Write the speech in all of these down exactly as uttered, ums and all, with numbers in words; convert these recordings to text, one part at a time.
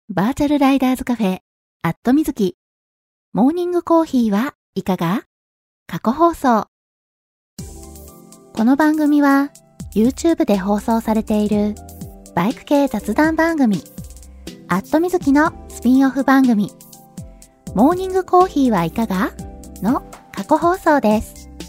バーチャルライダーズカフェ、アットみずき。モーニングコーヒーはいかが？過去放送。この番組は YouTube で放送されているバイク系雑談番組、アットみずきのスピンオフ番組、モーニングコーヒーはいかが？の過去放送です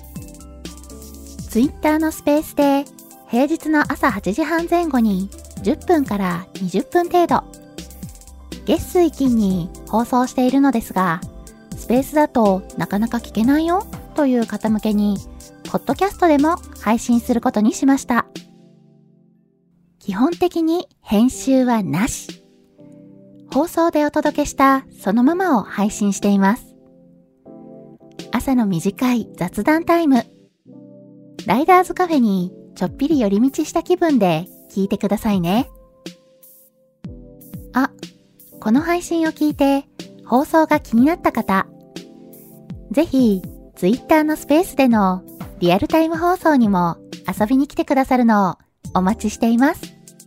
。Twitter のスペースで平日の朝はちじはん前後にじゅっぷんからにじゅっぷん程度、月水金に放送しているのですが、スペースだとなかなか聞けないよという方向けに、ポッドキャストでも配信することにしました。基本的に編集はなし。放送でお届けしたそのままを配信しています。朝の短い雑談タイム。ライダーズカフェにちょっぴり寄り道した気分で聞いてくださいね。あ、この配信を聞いて放送が気になった方、ぜひ Twitter のスペースでのリアルタイム放送にも遊びに来てくださるのをお待ちしています。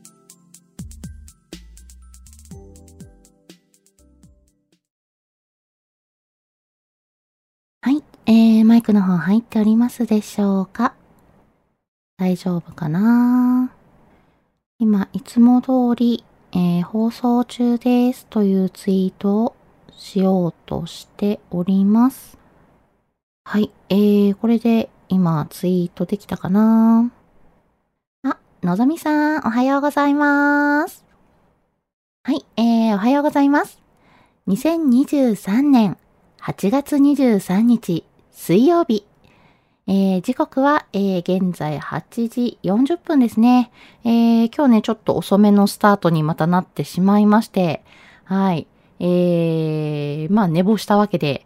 はい、えー、マイクの方入っておりますでしょうか？大丈夫かな？今、いつも通り、えー、放送中ですというツイートをしようとしております。はい、えー、これで今ツイートできたかな？あ、のぞみさん、おはようございます。はい、えー、おはようございます。にせんにじゅうさんねんはちがつにじゅうさんにち水曜日。えー、時刻は、えー、現在はちじよんじゅっぷんですね。えー、今日ね、ちょっと遅めのスタートにまたなってしまいまして、はい。えー、まあ寝坊したわけで、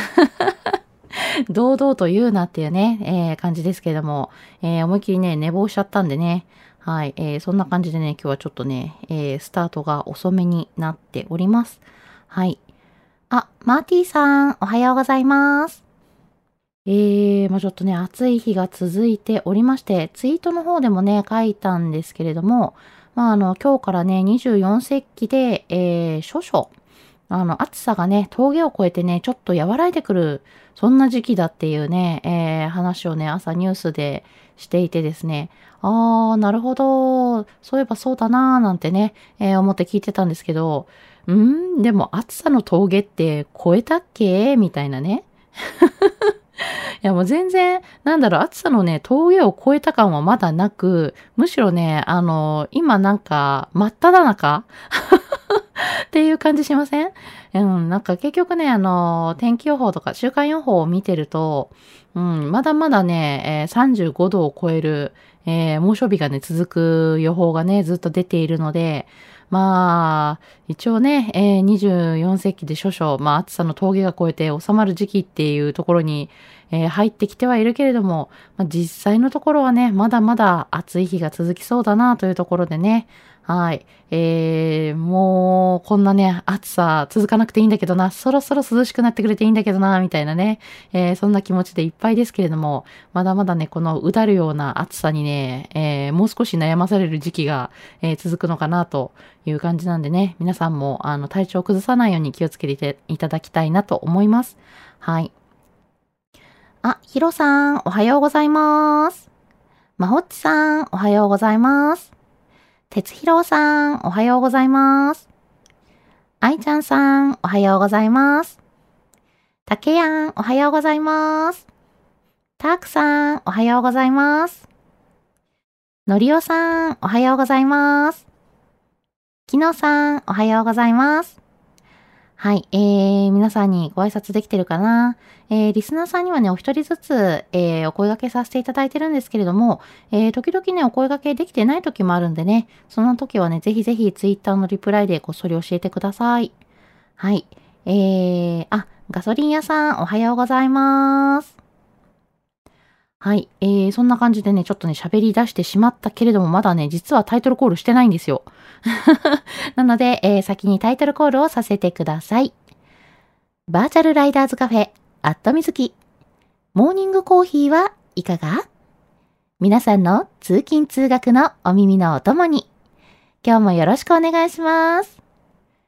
堂々と言うなっていうね、えー、感じですけれども、えー、思いっきりね、寝坊しちゃったんでね、はい。えー、そんな感じでね、今日はちょっとね、えー、スタートが遅めになっております。はい。あ、マーティーさん、おはようございます。えー、まあちょっとね、暑い日が続いておりまして、ツイートの方でもね、書いたんですけれども、まああの、今日からね、にじゅうよん節気で、えー、少々、あの、暑さがね、峠を越えてね、ちょっと和らいでくる、そんな時期だっていうね、えー、話をね、朝ニュースでしていてですね、あー、なるほど、そういえばそうだなーなんてね、えー、思って聞いてたんですけど、んー、でも暑さの峠って越えたっけみたいなね。いやもう全然、なんだろう、暑さのね、峠を越えた感はまだなく、むしろね、あの、今なんか、真っ只中っていう感じしません？うん、なんか結局ね、あの、天気予報とか週間予報を見てると、うん、まだまだね、えー、さんじゅうごどを超える、えー、猛暑日がね、続く予報がね、ずっと出ているので、まあ、一応ね、えー、にじゅうよん節気で少々、まあ暑さの峠が越えて収まる時期っていうところに、えー、入ってきてはいるけれども、まあ、実際のところはね、まだまだ暑い日が続きそうだなというところでね、はい。えー、もう、こんなね、暑さ続かなくていいんだけどな、そろそろ涼しくなってくれていいんだけどな、みたいなね、えー、そんな気持ちでいっぱいですけれども、まだまだね、このうだるような暑さにね、えー、もう少し悩まされる時期が、えー、続くのかなという感じなんでね、皆さんも、あの、体調を崩さないように気をつけていただきたいなと思います。はい。あ、ヒロさん、おはようございます。まほっちさん、おはようございます。てつひろうさん、おはようございます。あいちゃんさん、おはようございます。たけやん、おはようございます。たーくさん、おはようございます。のりおさん、おはようございます。きのさん、おはようございます。はい、えー、皆さんにご挨拶できてるかな？えー、リスナーさんにはね、お一人ずつ、えー、お声掛けさせていただいてるんですけれども、えー、時々ね、お声掛けできてない時もあるんでね、その時はね、ぜひぜひツイッターのリプライでこっそり教えてください。はい、えー、あ、ガソリン屋さん、おはようございます。はい、えー、そんな感じでね、ちょっとね、喋り出してしまったけれども、まだね、実はタイトルコールしてないんですよ。なので、えー、先にタイトルコールをさせてください。バーチャルライダーズカフェ、アットみずき。モーニングコーヒーはいかが？皆さんの通勤通学のお耳のお供に。今日もよろしくお願いします。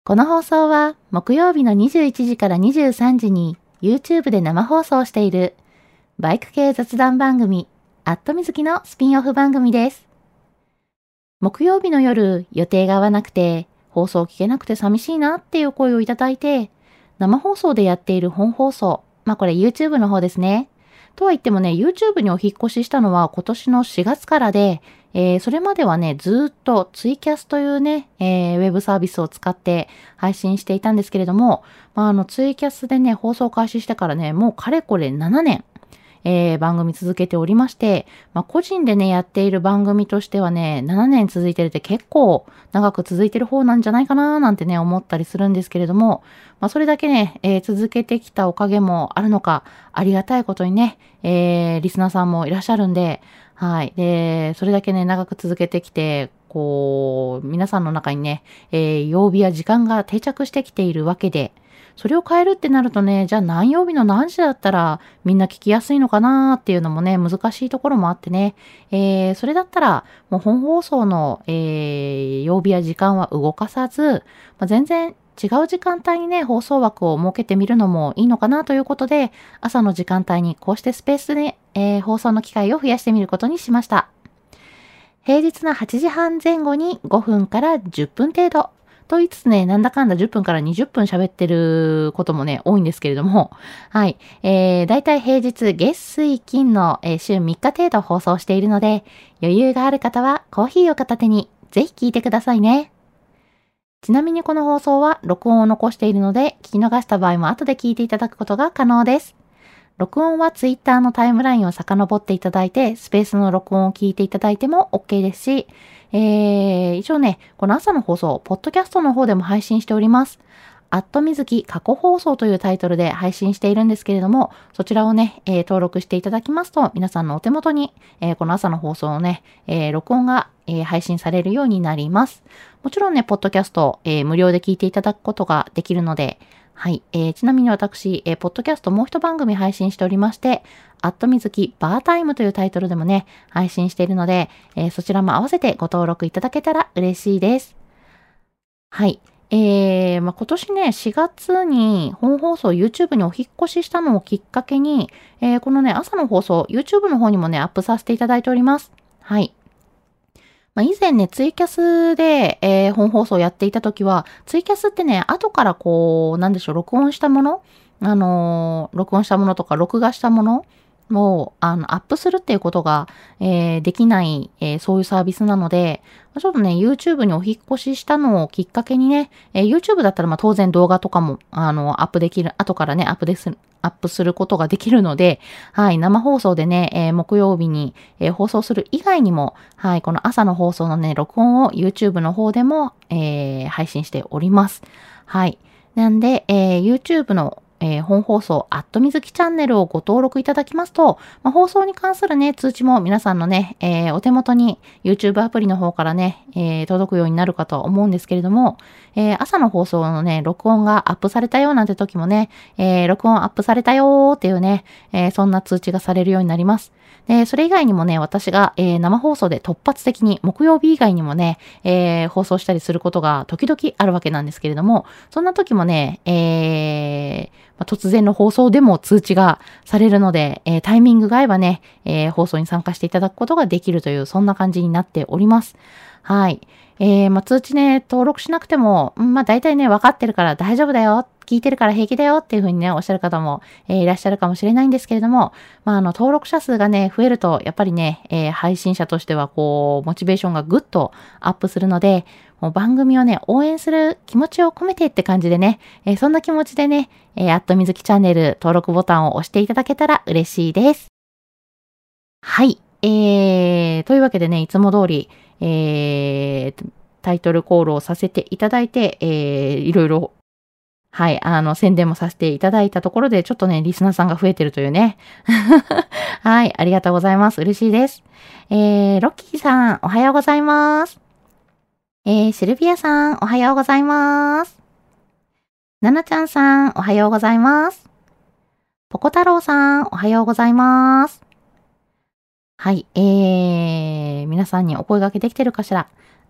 この放送は木曜日のにじゅういちじからにじゅうさんじに YouTube で生放送しているバイク系雑談番組アットみずきのスピンオフ番組です。木曜日の夜予定が合わなくて放送聞けなくて寂しいなっていう声をいただいて、生放送でやっている本放送、まあこれ YouTube の方ですね。とは言ってもね、YouTube にお引っ越ししたのは今年のしがつからで、えー、それまではね、ずっとツイキャスというね、えー、ウェブサービスを使って配信していたんですけれども、まあ、あの、ツイキャスでね、放送開始してからね、もうかれこれななねん、えー、番組続けておりまして、まあ、個人でね、やっている番組としてはね、ななねん続いてるって結構長く続いてる方なんじゃないかななんてね、思ったりするんですけれども、まあ、それだけね、えー、続けてきたおかげもあるのか、ありがたいことにね、えー、リスナーさんもいらっしゃるんで、はい。で、それだけね、長く続けてきて、こう、皆さんの中にね、えー、曜日や時間が定着してきているわけで、それを変えるってなるとね、じゃあ何曜日の何時だったらみんな聞きやすいのかなっていうのもね、難しいところもあってね、えー、それだったらもう本放送の、えー、曜日や時間は動かさず、まあ、全然違う時間帯にね、放送枠を設けてみるのもいいのかなということで、朝の時間帯にこうしてスペースで、えー、放送の機会を増やしてみることにしました。平日のはちじはんぜん後にごふんからじゅっぷん程度。と言いつつね、なんだかんだじゅっぷんからにじゅっぷん喋ってることもね、多いんですけれども、はい。えー、だいたい平日、月水金の、えー、週みっか程度放送しているので、余裕がある方はコーヒーを片手にぜひ聞いてくださいね。ちなみにこの放送は録音を残しているので、聞き逃した場合も後で聞いていただくことが可能です。録音はツイッターのタイムラインを遡っていただいて、スペースの録音を聞いていただいても OK ですし、えー、一応ね、この朝の放送、ポッドキャストの方でも配信しております。アットみずき過去放送というタイトルで配信しているんですけれども、そちらをね、えー、登録していただきますと、皆さんのお手元に、えー、この朝の放送のね、えー、録音が、えー、配信されるようになります。もちろんね、ポッドキャスト、えー、無料で聞いていただくことができるので、はい。えー、ちなみに私、えー、ポッドキャストもう一番組配信しておりまして、アットみずきバータイムというタイトルでもね、配信しているので、えー、そちらも合わせてご登録いただけたら嬉しいです。はい。えー、まあ、今年ね、しがつに本放送 YouTube にお引っ越ししたのをきっかけに、えー、このね、朝の放送 YouTube の方にもね、アップさせていただいております。はい。まあ、以前ね、ツイキャスで、えー、本放送やっていた時は、ツイキャスってね、後からこう、なんでしょう、録音したものあのー、録音したものとか、録画したものを、あの、アップするっていうことが、えー、できない、えー、そういうサービスなので、ちょっとね、YouTube にお引っ越ししたのをきっかけにね、えー、YouTube だったらまあ当然動画とかも、あの、アップできる、後からね、アップです、アップすることができるので、はい、生放送でね、えー、木曜日に、えー、放送する以外にも、はい、この朝の放送のね、録音を YouTube の方でも、えー、配信しております。はい。なんで、えー、YouTube のえー、本放送、アットみずきチャンネルをご登録いただきますと、まあ、放送に関するね、通知も皆さんのね、えー、お手元に YouTube アプリの方からね、えー、届くようになるかとは思うんですけれども、えー、朝の放送のね、録音がアップされたよなんて時もね、えー、録音アップされたよーっていうね、えー、そんな通知がされるようになります。で、それ以外にもね、私が、えー、生放送で突発的に木曜日以外にもね、えー、放送したりすることが時々あるわけなんですけれども、そんな時もね、えー、まあ、突然の放送でも通知がされるので、えー、タイミングが合えばね、えー、放送に参加していただくことができるという、そんな感じになっております。はい。えー、まあ、通知ね、登録しなくても、うん、まあ、大体ね、分かってるから大丈夫だよ、聞いてるから平気だよっていうふうにね、おっしゃる方も、えー、いらっしゃるかもしれないんですけれども、まあ、あの、登録者数がね、増えると、やっぱりね、えー、配信者としては、こう、モチベーションがぐっとアップするので、もう番組をね、応援する気持ちを込めてって感じでね、えー、そんな気持ちでね、えー、アットみずきチャンネル登録ボタンを押していただけたら嬉しいです。はい。えー、というわけでね、いつも通り、えー、タイトルコールをさせていただいて、えー、いろいろ、はい、あの、宣伝もさせていただいたところで、ちょっとね、リスナーさんが増えてるというね。はい、ありがとうございます。嬉しいです。えー、ロッキーさん、おはようございます。えー、シルビアさん、おはようございます。ななちゃんさん、おはようございます。ポコ太郎さん、おはようございます。はい、えー、皆さんにお声掛けできてるかしら。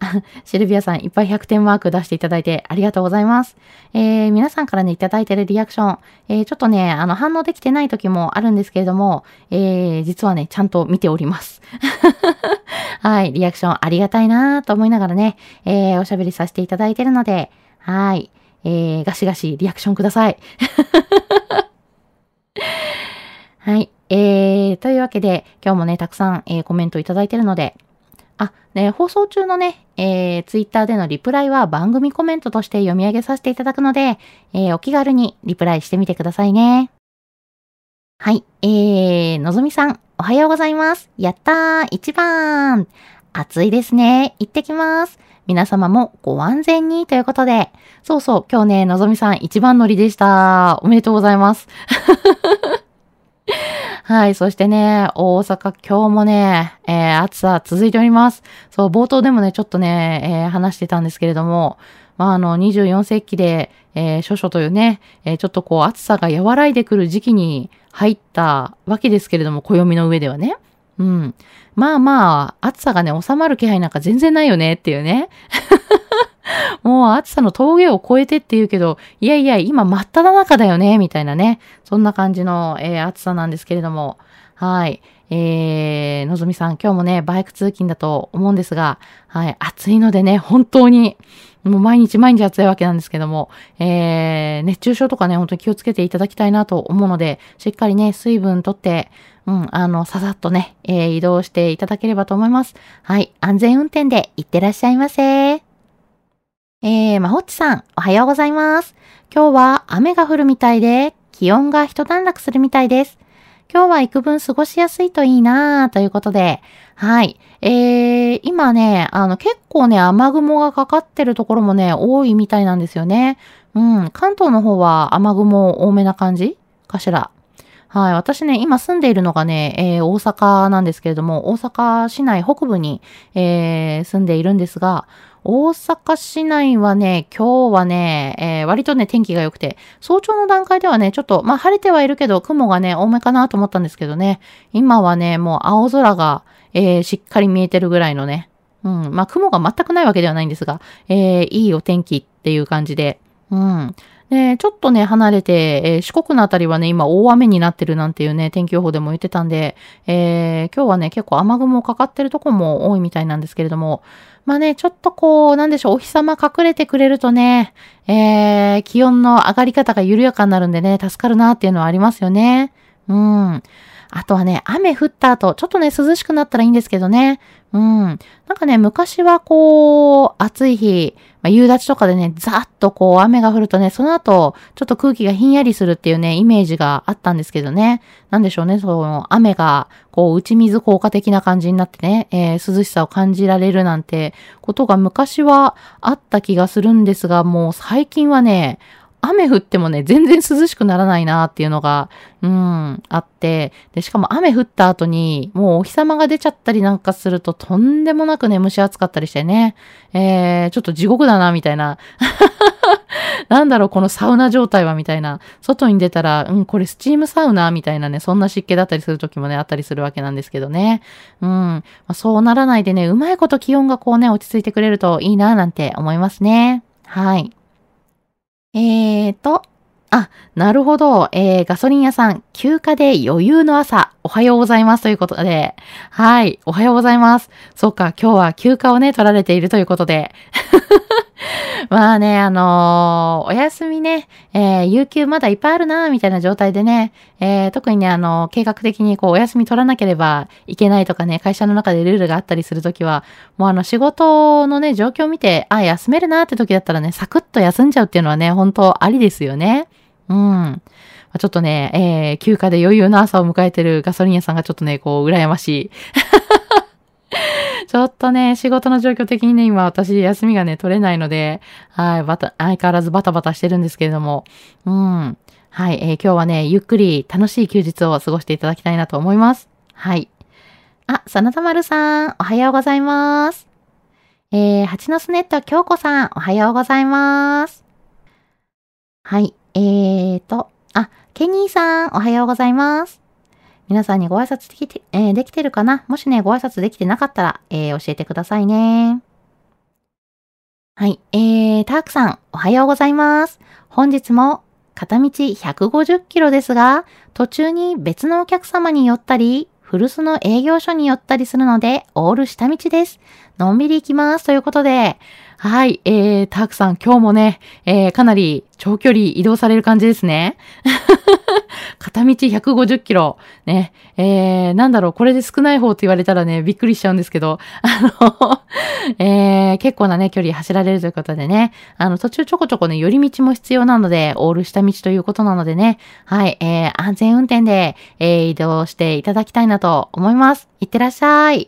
シルビアさん、いっぱいひゃくてんマーク出していただいてありがとうございます。えー、皆さんからね、いただいてるリアクション、えー、ちょっとね、あの、反応できてない時もあるんですけれども、えー、実はね、ちゃんと見ております。はい、リアクションありがたいなと思いながらね、えー、おしゃべりさせていただいてるので、はい、えー、ガシガシリアクションください。はい、えー、というわけで、今日もね、たくさん、えー、コメントいただいてるので、あ、ね、放送中のね、えー、ツイッターでのリプライは番組コメントとして読み上げさせていただくので、えー、お気軽にリプライしてみてくださいね。はい、えー、のぞみさん、おはようございます。やったー、一番。暑いですね。行ってきます。皆様もご安全にということで、そうそう、今日ね、のぞみさん一番乗りでした。おめでとうございます。はい。そしてね、大阪今日もね、えー、暑さ続いております。そう、冒頭でもね、ちょっとね、えー、話してたんですけれども、まあ、あの、にじゅうよん世紀で、えー、処暑というね、えー、ちょっとこう、暑さが和らいでくる時期に入ったわけですけれども、暦の上ではね。うん。まあまあ、暑さがね、収まる気配なんか全然ないよねっていうね。もう暑さの峠を越えてって言うけど、いやいや、今真っ只中だよね、みたいなね。そんな感じの、えー、暑さなんですけれども。はい。えー、のぞみさん、今日もね、バイク通勤だと思うんですが、はい、暑いのでね、本当に、もう毎日毎日暑いわけなんですけども、えー、熱中症とかね、本当に気をつけていただきたいなと思うので、しっかりね、水分とって、うん、あの、ささっとね、えー、移動していただければと思います。はい、安全運転で行ってらっしゃいませ。えー、まほっちさん、おはようございます。今日は雨が降るみたいで、気温が一段落するみたいです。今日は幾分過ごしやすいといいなぁ、ということで、はい。えー、今ね、あの、結構ね、雨雲がかかってるところもね、多いみたいなんですよね。うん、関東の方は雨雲多めな感じかしら。はい。私ね、今住んでいるのがね、えー、大阪なんですけれども、大阪市内北部に、えー、住んでいるんですが、大阪市内はね、今日はね、えー、割とね、天気が良くて、早朝の段階ではね、ちょっと、まあ晴れてはいるけど、雲がね、多めかなと思ったんですけどね、今はね、もう青空が、えー、しっかり見えてるぐらいのね、うん、まあ雲が全くないわけではないんですが、えー、いいお天気っていう感じで、うん。で、ちょっとね、離れて、えー四国のあたりはね、今大雨になってるなんていうね、天気予報でも言ってたんで、えー今日はね、結構雨雲かかってるとこも多いみたいなんですけれども、まあね、ちょっとこう、なんでしょう、お日様隠れてくれるとね、えー気温の上がり方が緩やかになるんでね、助かるなっていうのはありますよね。うん。あとはね、雨降った後、ちょっとね、涼しくなったらいいんですけどね。うん。なんかね、昔はこう、暑い日、まあ、夕立とかでね、ざーっとこう雨が降るとね、その後、ちょっと空気がひんやりするっていうね、イメージがあったんですけどね。なんでしょうね、その雨が、こう、打ち水効果的な感じになってね、えー涼しさを感じられるなんてことが昔はあった気がするんですが、もう最近はね、雨降ってもね、全然涼しくならないなっていうのが、うん、あって、で、しかも雨降った後に、もうお日様が出ちゃったりなんかすると、とんでもなくね、蒸し暑かったりしてね、えー、ちょっと地獄だな、みたいな。なんだろう、このサウナ状態は、みたいな。外に出たら、うん、これスチームサウナみたいなね、そんな湿気だったりする時もね、あったりするわけなんですけどね。うん。まあ、そうならないでね、うまいこと気温がこうね、落ち着いてくれるといいな、なんて思いますね。はい。えーと、あ、なるほど。えー、ガソリン屋さん、休暇で余裕の朝、おはようございますということで、はい、おはようございます。そうか、今日は休暇をね、取られているということで。まあね、あのーお休みね、えー、有給まだいっぱいあるな、みたいな状態でね、えー、特にね、あのー計画的にこう、お休み取らなければいけないとかね、会社の中でルールがあったりするときは、もうあの、仕事のね、状況を見て、あ、休めるなって時だったらね、サクッと休んじゃうっていうのはね、本当ありですよね。うん。ちょっとね、えー、休暇で余裕の朝を迎えてるガソリン屋さんがちょっとね、こう、羨ましい。ちょっとね、仕事の状況的にね、今私休みがね、取れないので、はい、バタ、相変わらずバタバタしてるんですけれども、うん。はい、えー今日はね、ゆっくり楽しい休日を過ごしていただきたいなと思います。はい。あ、真田丸さん、おはようございます。えー、蜂の巣ネット京子さん、おはようございます。はい、えーと、あ、ケニーさん、おはようございます。皆さんにご挨拶できて、えーできてるかなもしね、ご挨拶できてなかったら、えー教えてくださいね。 はい。えー、タークさん、おはようございます。本日も片道ひゃくごじゅっキロですが、途中に別のお客様に寄ったり、古巣の営業所に寄ったりするので、オール下道です。のんびり行きます。ということで、はい。えー、タークさん、今日もね、えー、かなり長距離移動される感じですね。片道ひゃくごじゅっキロ。ね。えー、なんだろう、これで少ない方って言われたらね、びっくりしちゃうんですけど、あの、えー、結構なね、距離走られるということでね、あの、途中ちょこちょこね、寄り道も必要なので、オール下道ということなのでね、はい、えー、安全運転で、えー、移動していただきたいなと思います。いってらっしゃい。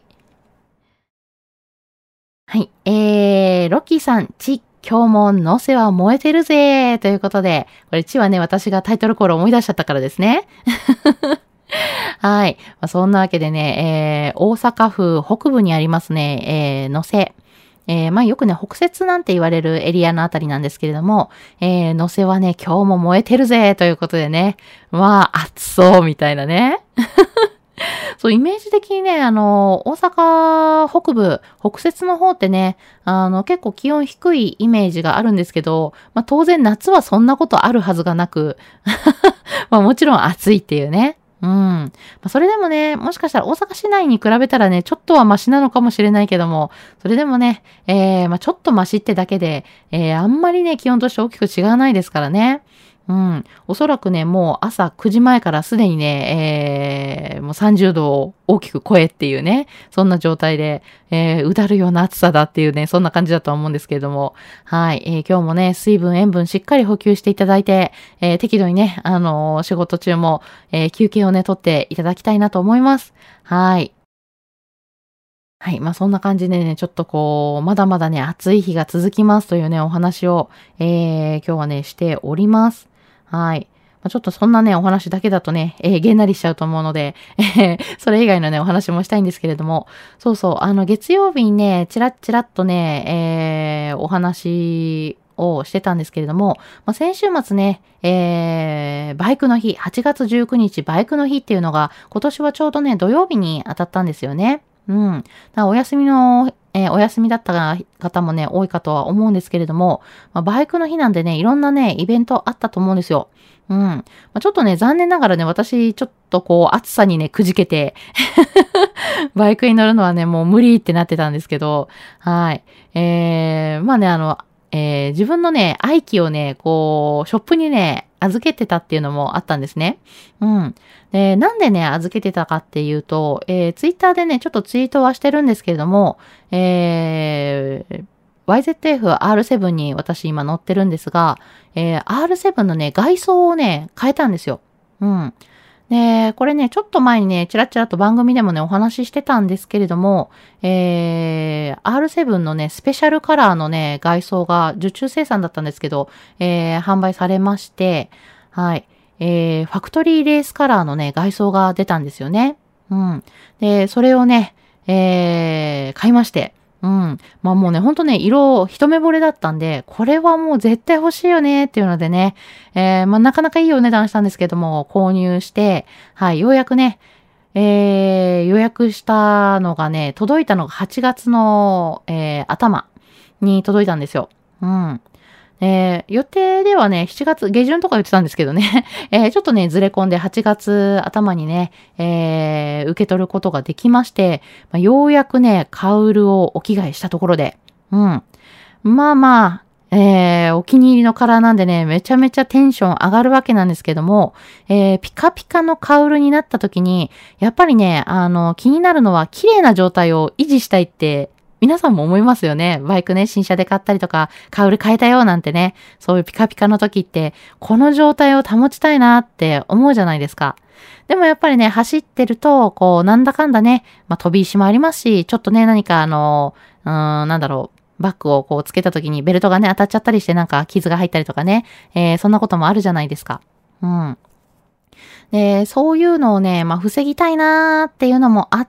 はい、えー、ロッキーさん、ち、今日ものせは燃えてるぜということで、これちはね、私がタイトルコールを思い出しちゃったからですね。はい。まあ、そんなわけでね、えー、大阪府北部にありますね、えー、能勢。えー、まあよくね、北摂なんて言われるエリアのあたりなんですけれども、えー、能勢はね、今日も燃えてるぜということでね、まあ、暑そうみたいなね。そう、イメージ的にね、あの、大阪北部、北摂の方ってね、あの、結構気温低いイメージがあるんですけど、まあ当然夏はそんなことあるはずがなく、まあもちろん暑いっていうね。うん。まあ、それでもね、もしかしたら大阪市内に比べたらね、ちょっとはマシなのかもしれないけども、それでもね、えー、まあ、ちょっとマシってだけで、えー、あんまりね、気温として大きく違わないですからね。うん。おそらくね、もう朝くじまえからすでにね、えー、もうさんじゅうどを大きく超えっていうね、そんな状態で、えー、うだるような暑さだっていうね、そんな感じだとは思うんですけれども、はい、えー、今日もね、水分、塩分しっかり補給していただいて、えー、適度にね、あのー仕事中も、えー、休憩をね、取っていただきたいなと思います。はい。はい。まあ、そんな感じでね、ちょっとこう、まだまだね、暑い日が続きますというね、お話を、えー、今日はね、しております。はい。まあ、ちょっとそんなね、お話だけだとね、えー、げんなりしちゃうと思うので、えー、それ以外のね、お話もしたいんですけれども、そうそう、あの、月曜日にね、ちらっちらっとね、えー、お話をしてたんですけれども、まあ、先週末ね、えー、バイクの日、はちがつじゅうくにちバイクの日っていうのが、今年はちょうどね、土曜日に当たったんですよね。うん。だからお休みの、えーお休みだった方もね、多いかとは思うんですけれども、まあ、バイクの日なんでね、いろんなね、イベントあったと思うんですよ。うん。まあ、ちょっとね、残念ながらね、私、ちょっとこう、暑さにね、くじけてバイクに乗るのはね、もう無理ってなってたんですけど、はい。えー、まあね、あの、えー自分のね、愛機をね、こう、ショップにね、預けてたっていうのもあったんですね。うん。で、なんでね、預けてたかっていうと、えー、ツイッターでね、ちょっとツイートはしてるんですけれども、えー、ワイゼットエフアールセブン に私今乗ってるんですが、えー、アールセブン のね、外装をね、変えたんですよ。うん。で、これね、ちょっと前にね、ちらちらと番組でもね、お話ししてたんですけれども、えー、アールセブン のね、スペシャルカラーのね、外装が受注生産だったんですけど、えー、販売されまして、はい。えー、ファクトリーレースカラーのね、外装が出たんですよね。うん。で、それをね、えー、買いまして、うん。まあもうね、ほんとね、色、一目惚れだったんで、これはもう絶対欲しいよねっていうのでね、えー、まあなかなかいいお値段したんですけども、購入して、はい、ようやくね、えー、予約したのがね、届いたのがはちがつの、えー、頭に届いたんですよ。うん。えー、予定ではね、しちがつ下旬とか言ってたんですけどね、えー、ちょっとね、ずれ込んではちがつ頭にね、えー、受け取ることができまして、まあ、ようやくね、カウルをお着替えしたところで、うん。まあまあ、えー、お気に入りのカラーなんでね、めちゃめちゃテンション上がるわけなんですけども、えー、ピカピカのカウルになった時に、やっぱりね、あの、気になるのは綺麗な状態を維持したいって皆さんも思いますよね。バイクね、新車で買ったりとか、カウル変えたよなんてね、そういうピカピカの時って、この状態を保ちたいなって思うじゃないですか。でもやっぱりね、走ってると、こう、なんだかんだね、まあ、飛び石もありますし、ちょっとね、何かあの、うーん、なんだろう、バッグをこうつけた時にベルトがね、当たっちゃったりしてなんか傷が入ったりとかね、えー、そんなこともあるじゃないですか。うん。で、そういうのをね、まあ、防ぎたいなーっていうのもあって、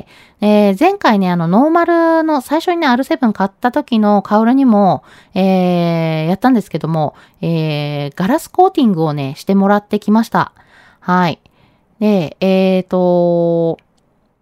えー前回ね、あの、ノーマルの、最初にね、アールセブン 買った時のカウルにも、えーやったんですけども、えーガラスコーティングをね、してもらってきました。はい。で、えーと、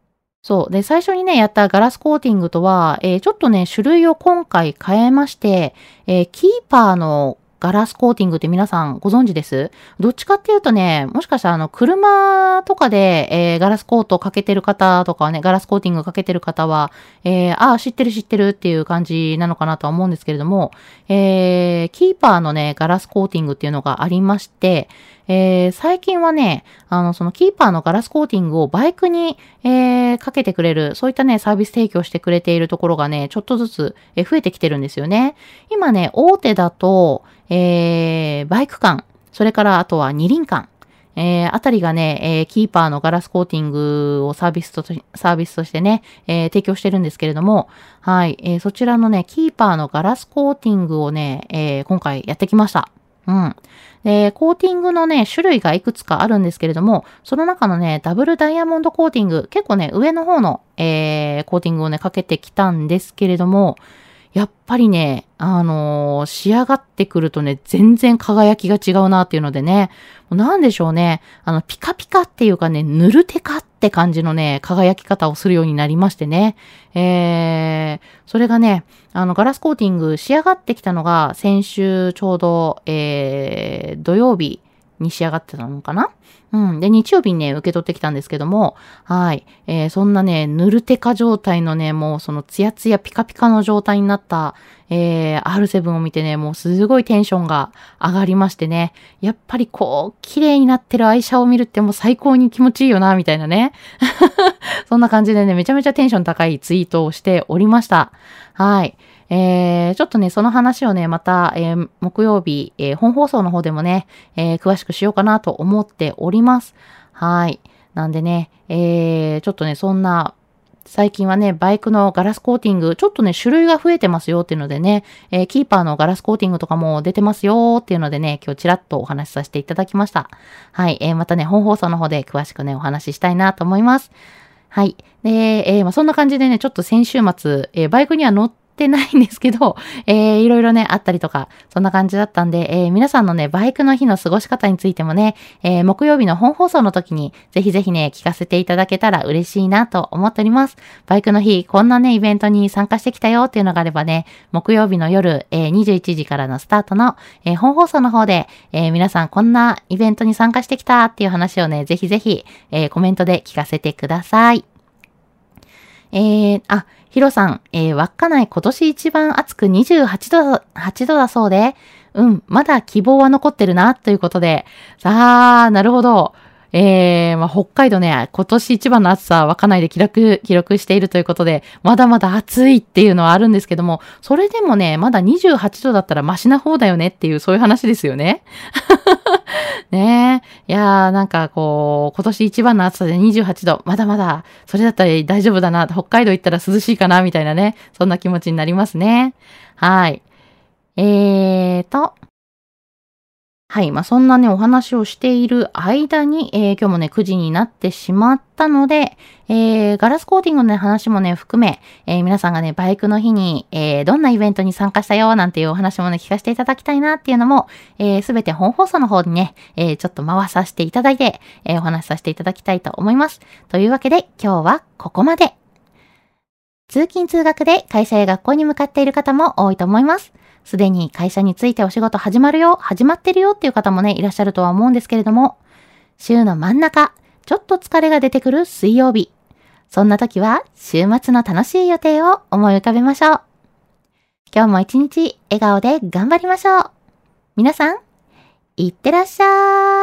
そう。で、最初にね、やったガラスコーティングとは、えーちょっとね、種類を今回変えまして、えーキーパーのガラスコーティングって皆さんご存知です？どっちかっていうとね、もしかしたらあの、車とかで、えーガラスコートかけてる方とかはね、ガラスコーティングかけてる方は、えーああ、知ってる知ってるっていう感じなのかなとは思うんですけれども、えーキーパーのね、ガラスコーティングっていうのがありまして、えー最近はね、あの、そのキーパーのガラスコーティングをバイクに、えーかけてくれる、そういったね、サービス提供してくれているところがね、ちょっとずつ、えー増えてきてるんですよね。今ね、大手だと、えーバイク館、それからあとは二輪館、えーあたりがね、えーキーパーのガラスコーティングをサービスと、サービスとしてね、えー提供してるんですけれども、はい、えーそちらのね、キーパーのガラスコーティングをね、えー今回やってきました。うん。で、コーティングのね、種類がいくつかあるんですけれども、その中のね、ダブルダイヤモンドコーティング、結構ね、上の方の、えーコーティングをね、かけてきたんですけれども、やっぱりね、あのー仕上がってくるとね、全然輝きが違うなっていうのでね、もうなんでしょうね、あの、ピカピカっていうかね、ぬるテカって感じのね、輝き方をするようになりましてね、えー、それがね、あの、ガラスコーティング仕上がってきたのが、先週ちょうど、えー、土曜日に仕上がってたのかな。うん。で、日曜日にね、受け取ってきたんですけども、はい。えー、そんなね、ぬるテカ状態のね、もうそのツヤツヤピカピカの状態になった、えー、アールセブン を見てね、もうすごいテンションが上がりましてね、やっぱりこう、綺麗になってる愛車を見るってもう最高に気持ちいいよな、みたいなね。そんな感じでね、めちゃめちゃテンション高いツイートをしておりました。はい。えー、ちょっとね、その話をね、また、えー木曜日、えー本放送の方でもね、えー詳しくしようかなと思っております。はい。なんでね、えー、ちょっとね、そんな、最近はね、バイクのガラスコーティング、ちょっとね、種類が増えてますよっていうのでね、えーキーパーのガラスコーティングとかも出てますよっていうのでね、今日ちらっとお話しさせていただきました。はい。えーまたね、本放送の方で詳しくね、お話ししたいなと思います。はい。で、えーまあ、そんな感じでね、ちょっと先週末、えーバイクには乗ってないんですけど、えーいろいろね、あったりとか、そんな感じだったんで、えー皆さんのね、バイクの日の過ごし方についてもね、えー木曜日の本放送の時に、ぜひぜひね、聞かせていただけたら嬉しいなと思っております。バイクの日、こんなね、イベントに参加してきたよっていうのがあればね、木曜日の夜、えーにじゅういちじからのスタートの、えー本放送の方で、えー皆さんこんなイベントに参加してきたっていう話をね、ぜひぜひ、えーコメントで聞かせてください。えー、あ、ヒロさん、えー、稚内今年一番暑くにじゅうはちど、はちどだそうで、うん、まだ希望は残ってるな、ということで。さあ、なるほど。えー、まあ、北海道ね、今年一番の暑さ、稚内で記録、記録しているということで、まだまだ暑いっていうのはあるんですけども、それでもね、まだにじゅうはちどだったらマシな方だよねっていう、そういう話ですよね。ねえ。いやー、なんかこう、今年一番の暑さでにじゅうはちど、まだまだ、それだったら大丈夫だな、北海道行ったら涼しいかな、みたいなね、そんな気持ちになりますね。はい。えーと、はい。まあ、そんなね、お話をしている間に、えー今日もね、くじになってしまったので、えーガラスコーティングのね、話もね、含め、えー皆さんがね、バイクの日に、えーどんなイベントに参加したよ、なんていうお話もね、聞かせていただきたいなっていうのも、えすべて本放送の方にね、えーちょっと回させていただいて、えーお話しさせていただきたいと思います。というわけで、今日はここまで。通勤通学で会社や学校に向かっている方も多いと思います。すでに会社についてお仕事始まるよ、始まってるよっていう方もね、いらっしゃるとは思うんですけれども、週の真ん中、ちょっと疲れが出てくる水曜日。そんな時は、週末の楽しい予定を思い浮かべましょう。今日も一日、笑顔で頑張りましょう。皆さん、いってらっしゃい。